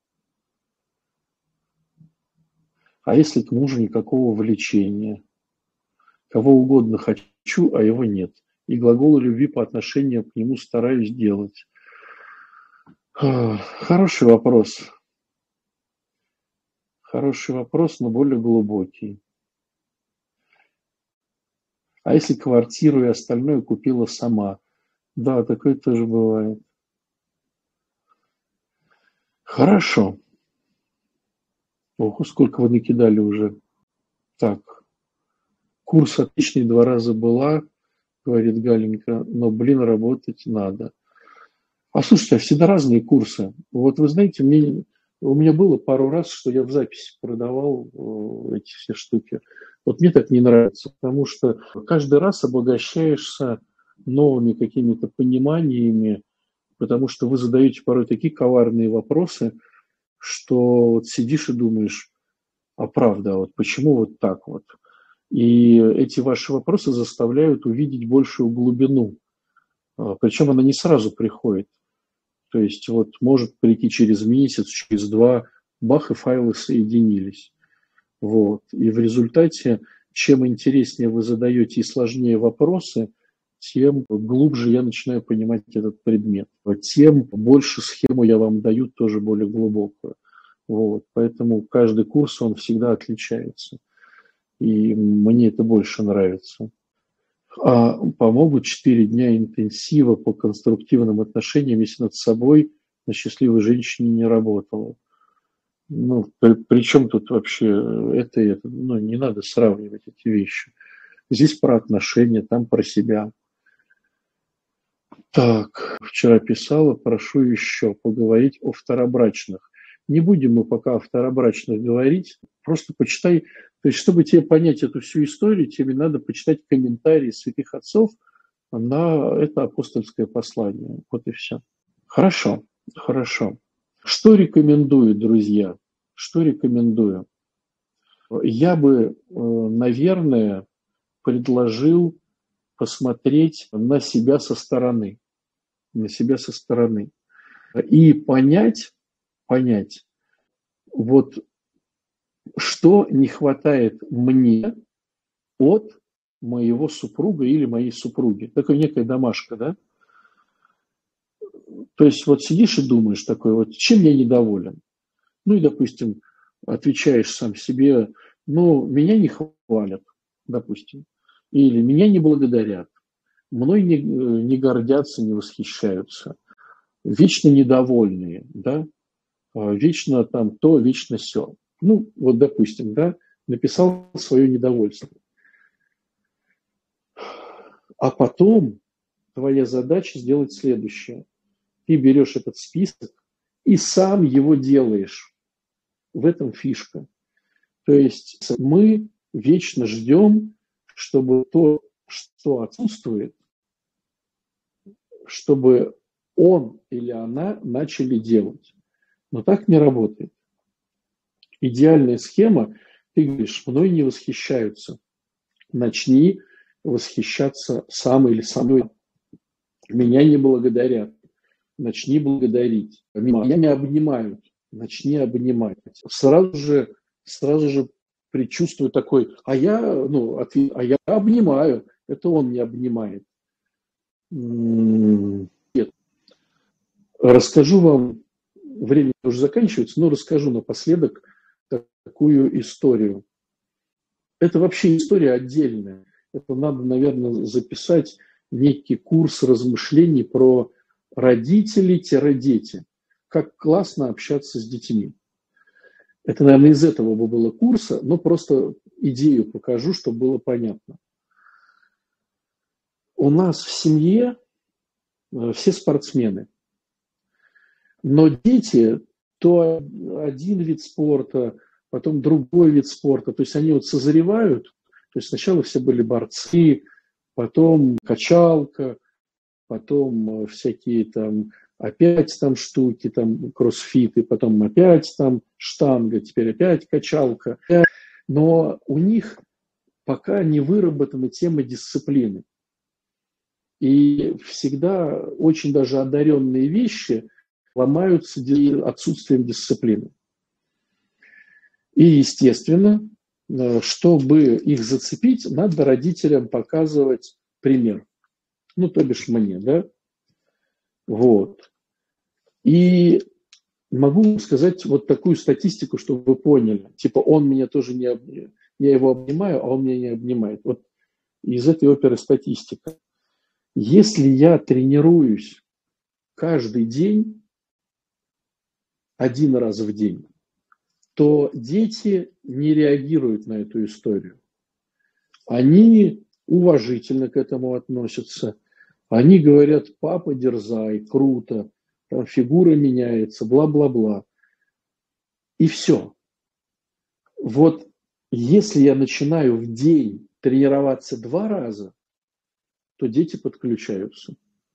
А если к мужу никакого влечения? Кого угодно хочу, а его нет. И глаголы любви по отношению к нему стараюсь делать. Хороший вопрос. Хороший вопрос, но более глубокий. А если квартиру и остальное купила сама? Да, такое тоже бывает. Хорошо. Ого, сколько вы накидали уже. Так. Курс отличный, 2 раза была, говорит Галенька, но, работать надо. А слушайте, а всегда разные курсы. Вот вы знаете, у меня было пару раз, что я в записи продавал эти все штуки. Вот мне так не нравится, потому что каждый раз обогащаешься новыми какими-то пониманиями, потому что вы задаете порой такие коварные вопросы, что вот сидишь и думаешь, а правда, вот почему вот так вот? И эти ваши вопросы заставляют увидеть большую глубину. Причем она не сразу приходит. То есть вот может прийти через месяц, через два, бах, и файлы соединились. Вот. И в результате, чем интереснее вы задаете и сложнее вопросы, тем глубже я начинаю понимать этот предмет. Тем больше схему я вам даю, тоже более глубокую. Вот. Поэтому каждый курс, он всегда отличается. И мне это больше нравится. Помогут 4 дня интенсива по конструктивным отношениям, если над собой на счастливой женщине не работала. Ну, при чем тут вообще это и это? Ну, не надо сравнивать эти вещи. Здесь про отношения, там про себя. Так, вчера писала, прошу еще поговорить о второбрачных. Не будем мы пока о второбрачных говорить, просто почитай. То есть, чтобы тебе понять эту всю историю, тебе надо почитать комментарии святых отцов на это апостольское послание. Вот и все. Хорошо, хорошо. Что рекомендую, друзья? Что рекомендую? Я бы, наверное, предложил посмотреть на себя со стороны. На себя со стороны. И понять, вот что не хватает мне от моего супруга или моей супруги. Такая некая домашка, да? То есть вот сидишь и думаешь такой, вот чем я недоволен? Ну и, допустим, отвечаешь сам себе, ну, меня не хвалят, допустим, или меня не благодарят, мной не гордятся, не восхищаются, вечно недовольные, да, вечно там то, вечно сё. Ну, вот, допустим, да, написал свое недовольство. А потом твоя задача сделать следующее. Ты берешь этот список и сам его делаешь. В этом фишка. То есть мы вечно ждем, чтобы то, что отсутствует, чтобы он или она начали делать. Но так не работает. Идеальная схема, ты говоришь, мной не восхищаются. Начни восхищаться сам или сама. Меня не благодарят. Начни благодарить. Меня не обнимают. Начни обнимать. Сразу же предчувствую такой, а я обнимаю. Это он не обнимает. Нет. Расскажу вам, время уже заканчивается, но расскажу напоследок такую историю. Это вообще история отдельная. Это надо, наверное, записать некий курс размышлений про родители-дети. Как классно общаться с детьми. Это, наверное, из этого бы было курса, но просто идею покажу, чтобы было понятно. У нас в семье все спортсмены. Но дети то один вид спорта, потом другой вид спорта. То есть они вот созревают. То есть сначала все были борцы, потом качалка, потом всякие там опять там штуки, там кроссфиты, потом опять там штанга, теперь опять качалка. Но у них пока не выработана тема дисциплины. И всегда очень даже одаренные вещи ломаются отсутствием дисциплины. И, естественно, чтобы их зацепить, надо родителям показывать пример. Ну, то бишь мне, да? Вот. И могу сказать вот такую статистику, чтобы вы поняли. Типа он меня тоже не обнимает. Я его обнимаю, а он меня не обнимает. Вот из этой оперы статистика. Если я тренируюсь каждый день, один раз в день, то дети не реагируют на эту историю. Они уважительно к этому относятся. Они говорят, папа, дерзай, круто, там фигура меняется, бла-бла-бла. И все. Вот Если я начинаю в день тренироваться 2 раза, то дети подключаются.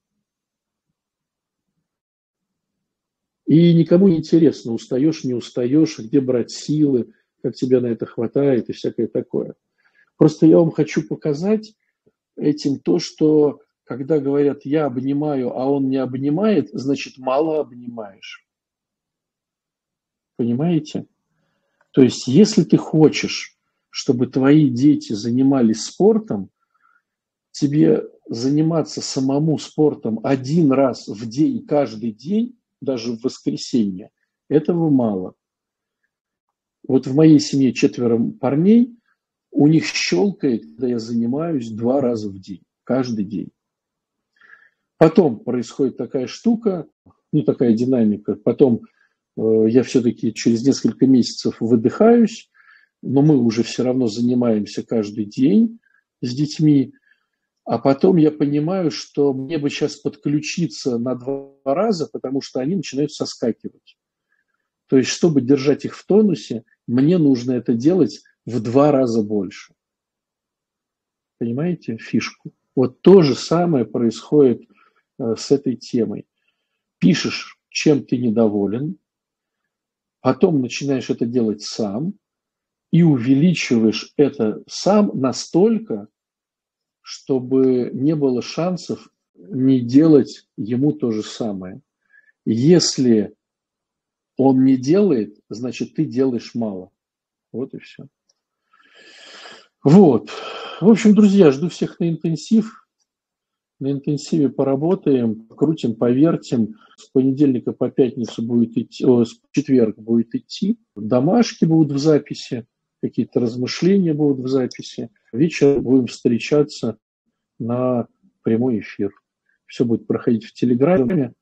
И никому не интересно, устаешь, не устаешь, где брать силы, как тебе на это хватает и всякое такое. Просто я вам хочу показать этим то, что когда говорят «я обнимаю», а он не обнимает, значит, мало обнимаешь. Понимаете? То есть, если ты хочешь, чтобы твои дети занимались спортом, тебе заниматься самому спортом 1 раз в день, каждый день, даже в воскресенье, этого мало. Вот в моей семье 4 парней, у них щелкает, когда я занимаюсь 2 раза в день, каждый день. Потом происходит такая штука, ну такая динамика, потом я все-таки через несколько месяцев выдыхаюсь, но мы уже все равно занимаемся каждый день с детьми, а потом я понимаю, что мне бы сейчас подключиться на 2 раза, потому что они начинают соскакивать. То есть, чтобы держать их в тонусе, мне нужно это делать в 2 раза больше. Понимаете фишку? Вот то же самое происходит с этой темой. Пишешь, чем ты недоволен, потом начинаешь это делать сам и увеличиваешь это сам настолько, чтобы не было шансов не делать ему то же самое. Если он не делает, значит, ты делаешь мало. Вот и все. Вот. В общем, друзья, жду всех на интенсив. На интенсиве поработаем, крутим, повертим. С понедельника по пятницу будет идти, с четверг будет идти. Домашки будут в записи, какие-то размышления будут в записи. Вечером будем встречаться на прямой эфир. Все будет проходить в Телеграме.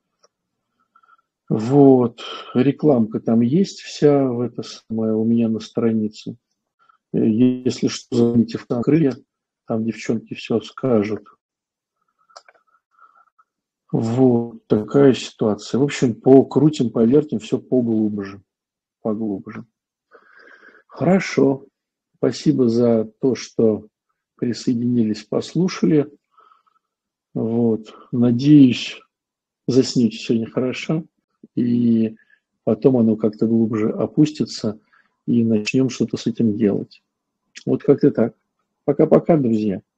Вот. Рекламка там есть вся в это самое у меня на странице. Если что, звоните в крылья, там девчонки все скажут. Вот такая ситуация. В общем, покрутим, повертим, все поглубже. Поглубже. Хорошо. Спасибо за то, что присоединились, послушали. Вот. Надеюсь, заснете сегодня хорошо. И потом оно как-то глубже опустится, и начнем что-то с этим делать. Вот как-то так. Пока-пока, друзья.